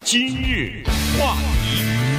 今日话题，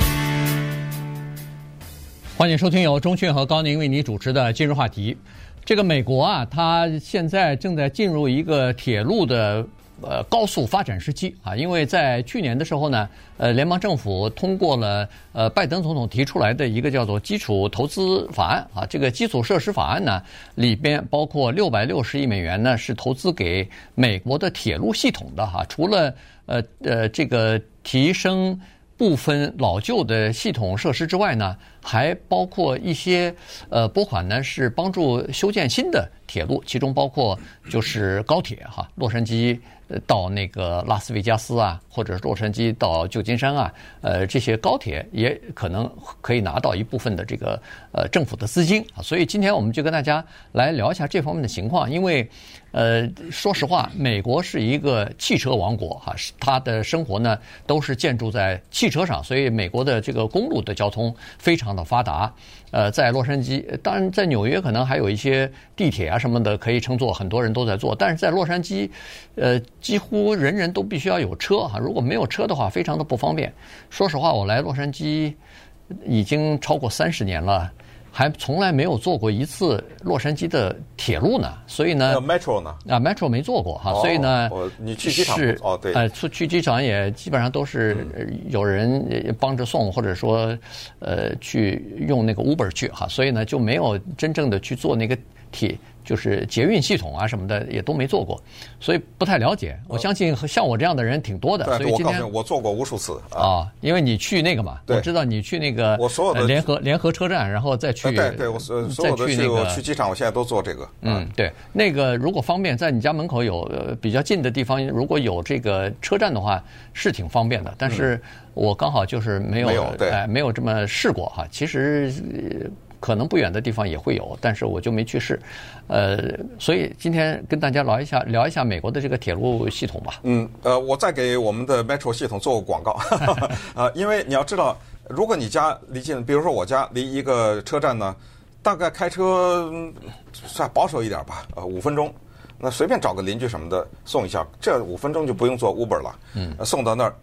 欢迎收听由钟讯和高宁为你主持的今日话题。这个美国啊，它现在正在进入一个铁路的高速发展时期啊，因为在去年的时候呢，联邦政府通过了拜登总统提出来的一个叫做基础投资法案啊，这个基础设施法案呢里边包括660亿美元呢是投资给美国的铁路系统的哈，除了这个提升部分老旧的系统设施之外呢，还包括一些拨款呢是帮助修建新的铁路，其中包括就是高铁哈，洛杉矶到那个拉斯维加斯啊，或者洛杉矶到旧金山啊，这些高铁也可能可以拿到一部分的这个政府的资金啊，所以今天我们就跟大家来聊一下这方面的情况，因为说实话，美国是一个汽车王国哈，它的生活呢都是建筑在汽车上，所以美国的这个公路的交通非常的发达。在洛杉矶，当然在纽约可能还有一些地铁啊什么的可以乘坐，很多人都在坐。但是在洛杉矶，几乎人人都必须要有车哈，如果没有车的话，非常的不方便。说实话，我来洛杉矶已经超过30年了，还从来没有坐过一次洛杉矶的铁路呢，所以呢 ，Metro 呢 ？Metro 没坐过哈，所以呢， 你去机场是对， 去机场也基本上都是有人帮着送，或者说去用那个 Uber 去哈，所以呢就没有真正的去做那个就是捷运系统啊什么的也都没做过，所以不太了解。我相信像我这样的人挺多的，所以今天我做过无数次啊，因为你去那个嘛，我知道你去那个我所有的联合车站，然后再去对，我所有的去我去机场，我现在都做这个。 对，那个如果方便，在你家门口有比较近的地方，如果有这个车站的话，是挺方便的。但是我刚好就是没有这么试过哈。其实可能不远的地方也会有，但是我就没去试。所以今天跟大家聊一下美国的这个铁路系统吧。 我再给我们的 Metro 系统做个广告因为你要知道，如果你家离近，比如说我家离一个车站呢，大概开车算保守一点吧，5分钟。那随便找个邻居什么的送一下，这5分钟就不用坐 Uber 了。送到那儿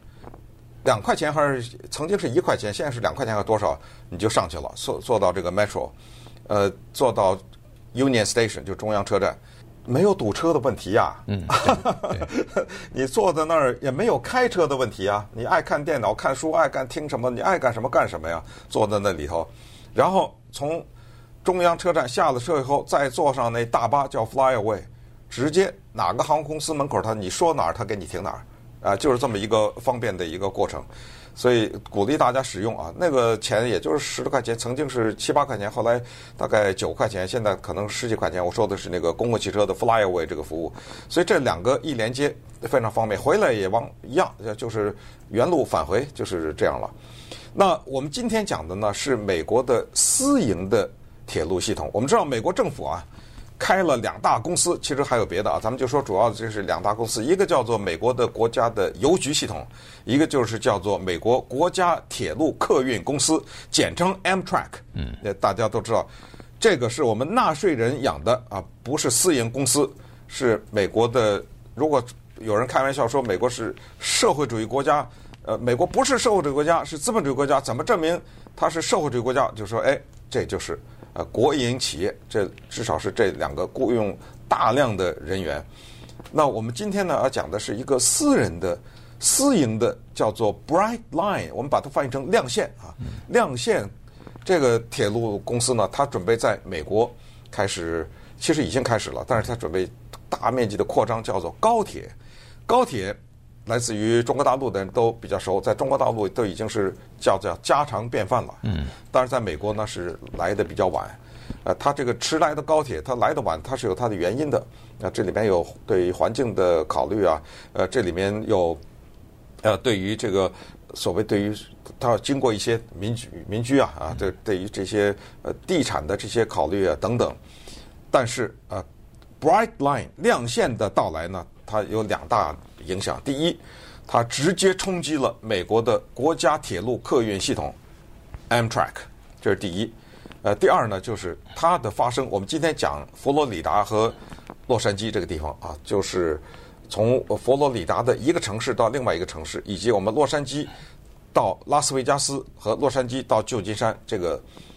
2块钱还是曾经是1块钱，现在是2块钱还是多少，你就上去了，坐到这个 Metro， 坐到 Union Station 就中央车站，没有堵车的问题呀。你坐在那儿也没有开车的问题啊，你爱看电脑看书，爱听什么，你爱干什么干什么呀，坐在那里头，然后从中央车站下了车以后，再坐上那大巴叫 Flyaway， 直接哪个航空公司门口你说哪儿他给你停哪儿。就是这么一个方便的一个过程，所以鼓励大家使用啊。那个钱也就是10多块钱，曾经是7、8块钱，后来大概9块钱，现在可能10几块钱。我说的是那个公共汽车的 Flyaway 这个服务，所以这2个一连接非常方便，回来也一样，就是原路返回，就是这样了。那我们今天讲的呢是美国的私营的铁路系统。我们知道美国政府开了2大公司，其实还有别的咱们就说主要这是2大公司，一个叫做美国的国家的邮局系统，一个就是叫做美国国家铁路客运公司，简称 Amtrak。大家都知道，这个是我们纳税人养的不是私营公司，是美国的。如果有人开玩笑说美国是社会主义国家，美国不是社会主义国家，是资本主义国家，怎么证明它是社会主义国家？就说这就是国营企业，这至少是这2个雇佣大量的人员。那我们今天呢要讲的是一个私营的叫做 Bright Line， 我们把它翻译成亮线亮线这个铁路公司呢，它准备在美国开始，其实已经开始了，但是它准备大面积的扩张，叫做高铁。高铁来自于中国大陆的人都比较熟，在中国大陆都已经是叫家常便饭了。但是在美国呢是来的比较晚。它这个迟来的高铁，它来的晚，它是有它的原因的。这里面有对于环境的考虑这里面有对于这个所谓对于它要经过一些民居对于这些地产的这些考虑等等。但是Bright Line 亮线的到来呢，它有2大影响。第一，它直接冲击了美国的国家铁路客运系统 Amtrak， 这是第一。第二呢，就是它的发生。我们今天讲佛罗里达和洛杉矶这个地方就是从佛罗里达的一个城市到另外一个城市，以及我们洛杉矶到拉斯维加斯和洛杉矶到旧金山这个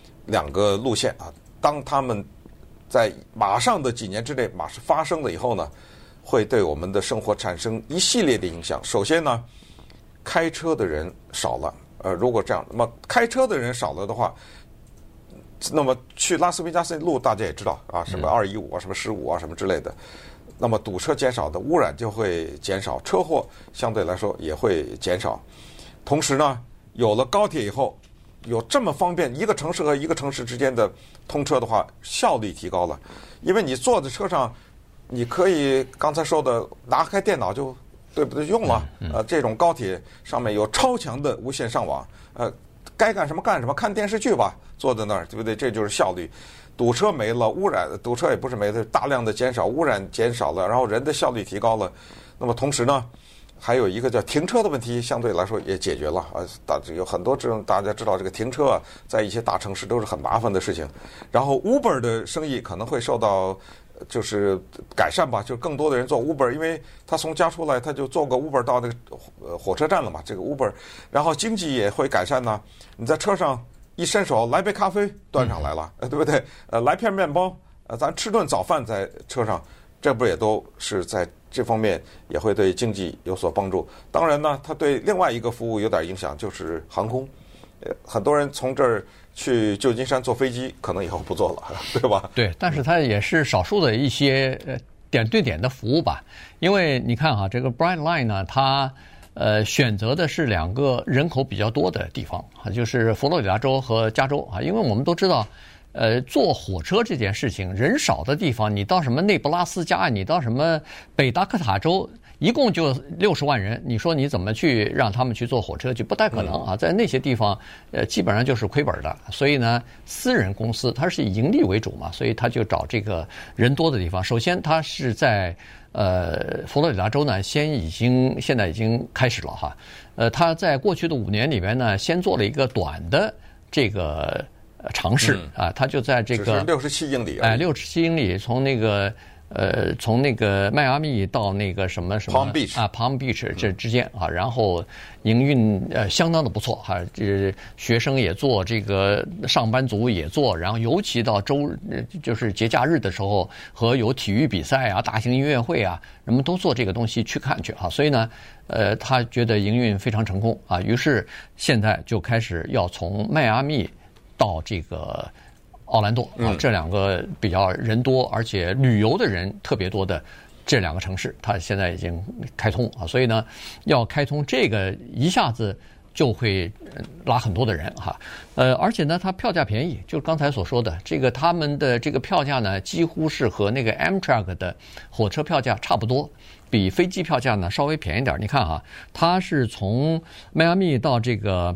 2个路线啊，当他们在马上的几年之内马上发生了以后呢，会对我们的生活产生一系列的影响。首先呢，开车的人少了，如果这样，那么开车的人少了的话，那么去拉斯维加斯路大家也知道啊，什么215啊，什么15啊，什么之类的，那么堵车减少的，污染就会减少，车祸相对来说也会减少。同时呢，有了高铁以后，有这么方便，一个城市和一个城市之间的通车的话，效率提高了。因为你坐在车上，你可以刚才说的拿开电脑就对不对用了。这种高铁上面有超强的无线上网，该干什么干什么，看电视剧吧，坐在那儿，对不对？这就是效率。堵车没了，污染堵车也不是没了，大量的减少，污染减少了，然后人的效率提高了。那么同时呢，还有一个叫停车的问题，相对来说也解决了啊。有很多这种大家知道，这个停车啊，在一些大城市都是很麻烦的事情。然后 Uber 的生意可能会受到就是改善吧，就更多的人做 Uber， 因为他从家出来他就坐个 Uber 到那个火车站了嘛，这个 Uber， 然后经济也会改善呢。你在车上一伸手来杯咖啡端上来了，对不对？来片面包，咱吃顿早饭在车上，这不也都是在这方面也会对经济有所帮助。当然呢，它对另外一个服务有点影响，就是航空。很多人从这儿去旧金山坐飞机，可能以后不坐了，对吧？ 对，但是它也是少数的一些点对点的服务吧。因为你看哈，这个 Brightline 呢，它选择的是2个人口比较多的地方啊，就是佛罗里达州和加州啊。因为我们都知道，坐火车这件事情，人少的地方，你到什么内布拉斯加，你到什么北达科塔州，一共就60万人，你说你怎么去让他们去坐火车，就不太可能啊。在那些地方，基本上就是亏本的。所以呢，私人公司它是以盈利为主嘛，所以他就找这个人多的地方。首先，它是在佛罗里达州呢，现在已经开始了哈。他在过去的5年里面呢，先做了一个短的这个尝试啊，他就在这个 67英里 ，67英里，从那个迈阿密到那个什么 Palm Beach 啊 Palm Beach 这之间啊，然后营运相当的不错哈，这学生也做，这个上班族也做，然后尤其到就是节假日的时候和有体育比赛啊、大型音乐会啊，人们都做这个东西去看去哈，所以呢，他觉得营运非常成功啊，于是现在就开始要从迈阿密到这个奥兰多啊，这2个比较人多而且旅游的人特别多的这2个城市，它现在已经开通啊，所以呢，要开通这个一下子就会拉很多的人哈，而且呢，它票价便宜，就刚才所说的这个他们的这个票价呢，几乎是和那个 Amtrak 的火车票价差不多，比飞机票价呢稍微便宜点。你看哈，它是从迈阿密到这个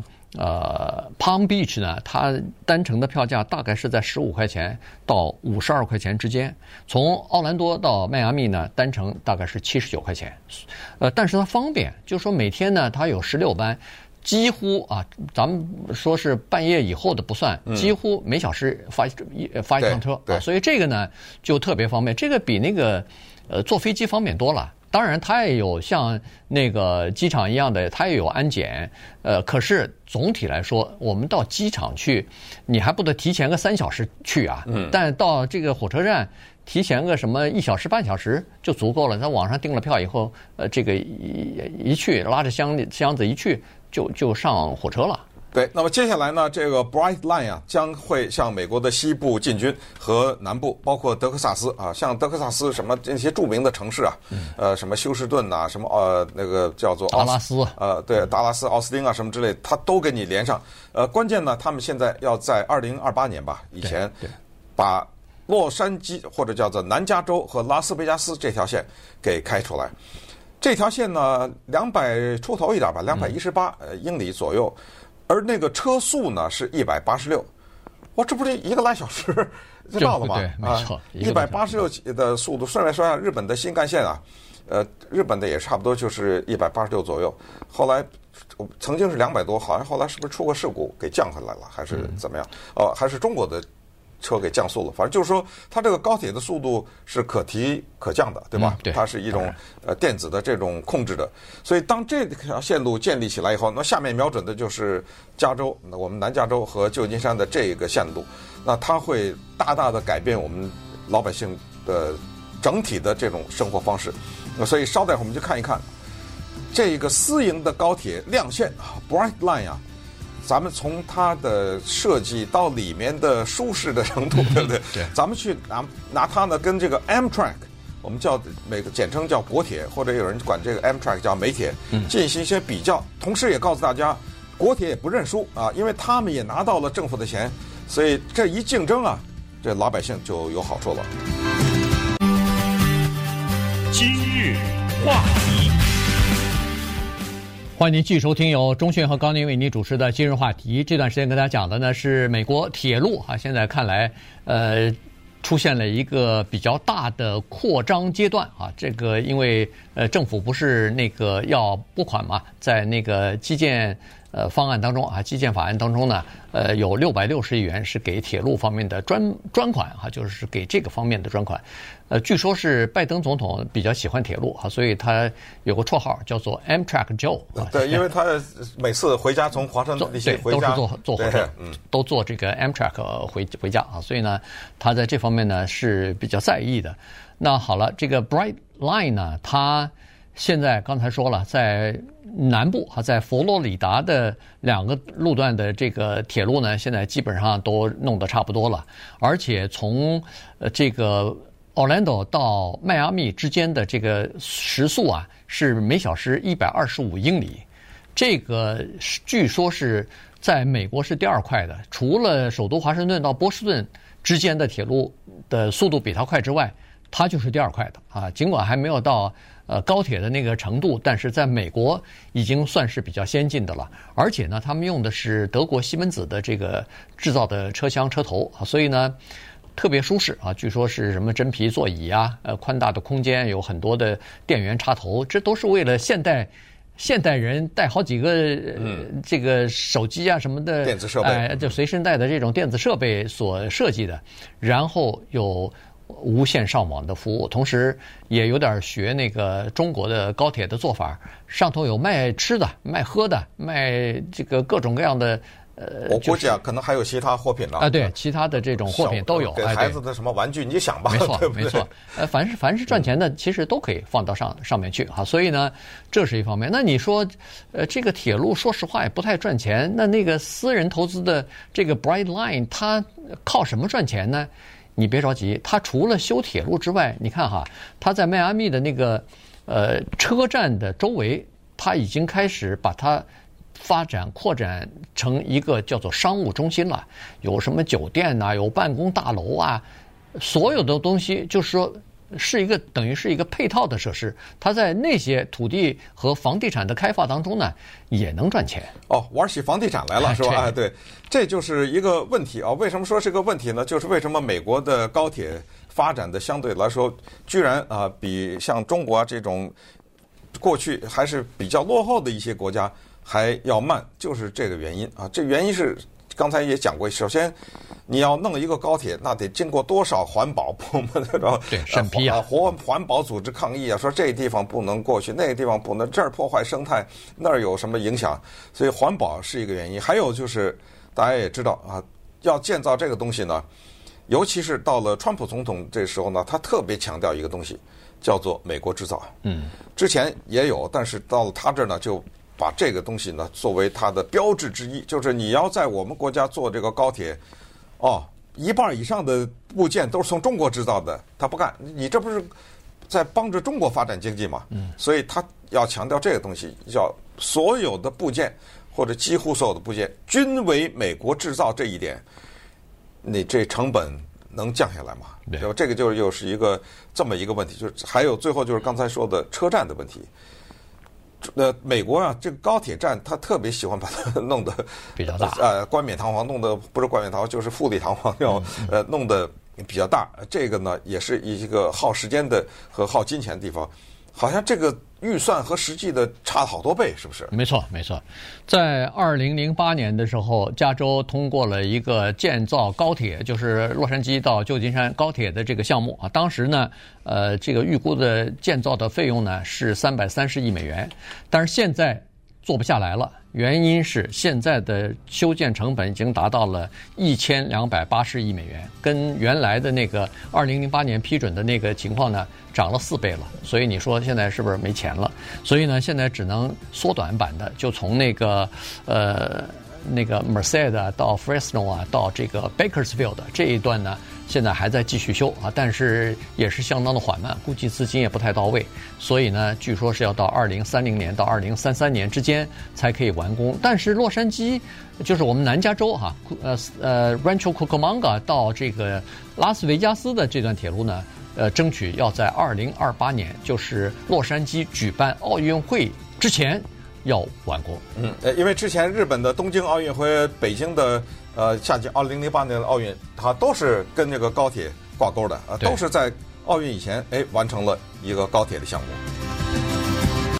Palm Beach 呢，它单程的票价大概是在15块钱到52块钱之间。从奥兰多到迈阿密呢，单程大概是79块钱。但是它方便，就是说每天呢，它有16班，几乎啊，咱们说是半夜以后的不算，几乎每小时发一趟车啊，所以这个呢就特别方便。这个比那个坐飞机方便多了。当然，它也有像那个机场一样的，它也有安检。可是总体来说，我们到机场去，你还不得提前个3小时去啊？但到这个火车站，提前个什么1小时半小时就足够了。在网上订了票以后，这个一去拉着箱子一去，就上火车了。 对，那么接下来呢，这个 Brightline 啊，将会向美国的西部进军和南部，包括德克萨斯啊，像德克萨斯什么这些著名的城市啊，什么休斯顿呐，什么那个叫做达拉斯， 对，达拉斯、奥斯汀啊什么之类，它都给你连上。关键呢，他们现在要在2028年吧以前，把洛杉矶或者叫做南加州和拉斯维加斯这条线给开出来。这条线呢，200出头一点吧，218英里左右。而那个车速呢是186，哇，这不是1个来小时就到了吗？ 对，没错 ，186的速度。顺便说一下，日本的新干线啊，日本的也差不多就是186左右。后来曾经是200多，好像后来是不是出过事故给降下来了，还是怎么样？还是中国的车给降速了。反正就是说，它这个高铁的速度是可提可降的，对吧？ 对， 它是一种电子的这种控制的。所以当这条线路建立起来以后，那下面瞄准的就是加州，我们南加州和旧金山的这个线路，那它会大大的改变我们老百姓的整体的这种生活方式。所以稍待会儿我们就看一看这个私营的高铁亮线 Bright Line 啊，咱们从它的设计到里面的舒适的程度，对不对？ 对， 咱们去拿它呢跟这个 Amtrak， 我们叫每个简称叫国铁，或者有人管这个 Amtrak 叫美铁，进行一些比较，同时也告诉大家，国铁也不认输啊，因为他们也拿到了政府的钱，所以这一竞争啊，这老百姓就有好处了。 今日话题， 欢迎您继续收听由钟迅和高宁为您主持的今日话题。这段时间跟大家讲的呢是美国铁路啊，现在看来出现了一个比较大的扩张阶段啊。这个因为政府不是那个要拨款嘛，在那个基建方案当中啊，基建法案当中呢，有660亿元是给铁路方面的专款啊，就是给这个方面的专款。据说是拜登总统比较喜欢铁路啊，所以他有个绰号叫做 Amtrak Joe 啊。 对，因为他每次回家从华盛顿 DC 回家都是坐火车，都坐这个 Amtrak 回家啊，所以呢，他在这方面呢是比较在意的。那好了，这个 Bright Line 呢，它现在刚才说了，在南部啊，在佛罗里达的2个路段的这个铁路呢，现在基本上都弄得差不多了，而且从这个Orlando 到迈阿密之间的这个时速啊，是每小时125英里，这个据说是在美国是第2快的，除了首都华盛顿到波士顿之间的铁路的速度比它快之外，它就是第2快的啊。尽管还没有到高铁的那个程度，但是在美国已经算是比较先进的了。而且呢，他们用的是德国西门子的这个制造的车厢车头啊，所以呢特别舒适啊，据说是什么真皮座椅啊，宽大的空间，有很多的电源插头，这都是为了现代人带好几个这个手机啊什么的电子设备， 就随身带的这种电子设备所设计的，然后有无线上网的服务，同时也有点学那个中国的高铁的做法，上头有卖吃的、卖喝的、卖这个各种各样的。 我估计啊，可能还有其他货品呢。 啊，对，其他的这种货品都有。 给孩子的什么玩具，你想吧， 没错， 对不对？ 没错。凡是赚钱的，其实都可以放到上面去哈。所以呢，这是一方面。那你说，这个铁路说实话也不太赚钱。那个私人投资的这个 Bright Line， 它靠什么赚钱呢？你别着急，它除了修铁路之外，你看哈，它在迈阿密的那个车站的周围，它已经开始把它扩展成一个叫做商务中心了，有什么酒店啊，有办公大楼啊，所有的东西就是说是一个等于是一个配套的设施，它在那些土地和房地产的开发当中呢，也能赚钱。 哦，玩起房地产来了是吧？哎，对，这就是一个问题啊。为什么说是个问题呢？就是为什么美国的高铁发展的相对来说，居然比像中国这种过去还是比较落后的一些国家还要慢，就是这个原因啊。这原因是刚才也讲过，首先你要弄一个高铁，那得经过多少环保部门的审批啊， 环保组织抗议啊，说这个地方不能过去，那个地方不能，这儿破坏生态，那儿有什么影响，所以环保是一个原因。还有就是大家也知道啊，要建造这个东西呢，尤其是到了川普总统这时候呢，他特别强调一个东西，叫做美国制造。之前也有，但是到了他这儿呢，就把这个东西呢作为它的标志之一，就是你要在我们国家做这个高铁，一半以上的部件都是从中国制造的，他不干，你这不是在帮着中国发展经济吗？所以他要强调这个东西，叫所有的部件或者几乎所有的部件均为美国制造这一点，你这成本能降下来吗？对吧？这个就是又是一个这么一个问题，就是还有最后就是刚才说的车站的问题。美国啊，这个高铁站它特别喜欢把它弄得比较大， 冠冕堂皇，弄得不是冠冕堂皇就是富丽堂皇，要弄得比较大。这个呢，也是一个耗时间的和耗金钱的地方。 好像这个预算和实际的差了好多倍，是不是？ 没错，没错。在2008年的时候，加州通过了一个建造高铁，就是洛杉矶到旧金山高铁的这个项目啊。当时呢，这个预估的建造的费用呢是330亿美元，但是现在做不下来了。原因是现在的修建成本已经达到了1280亿美元，跟原来的那个2008年批准的那个情况呢涨了4倍了。所以你说现在是不是没钱了？所以呢，现在只能缩短版的，就从那个Merced 到 Fresno 啊，到这个 Bakersfield 这一段呢，现在还在继续修啊，但是也是相当的缓慢，估计资金也不太到位，所以呢，据说是要到2030年到2033年之间才可以完工。但是洛杉矶就是我们南加州哈，Rancho Cucamonga 到这个拉斯维加斯的这段铁路呢，争取要在2028年，就是洛杉矶举办奥运会之前要完工。 因为之前日本的东京奥运和北京的夏季2008年的奥运，它都是跟这个高铁挂钩的都是在奥运以前完成了一个高铁的项目。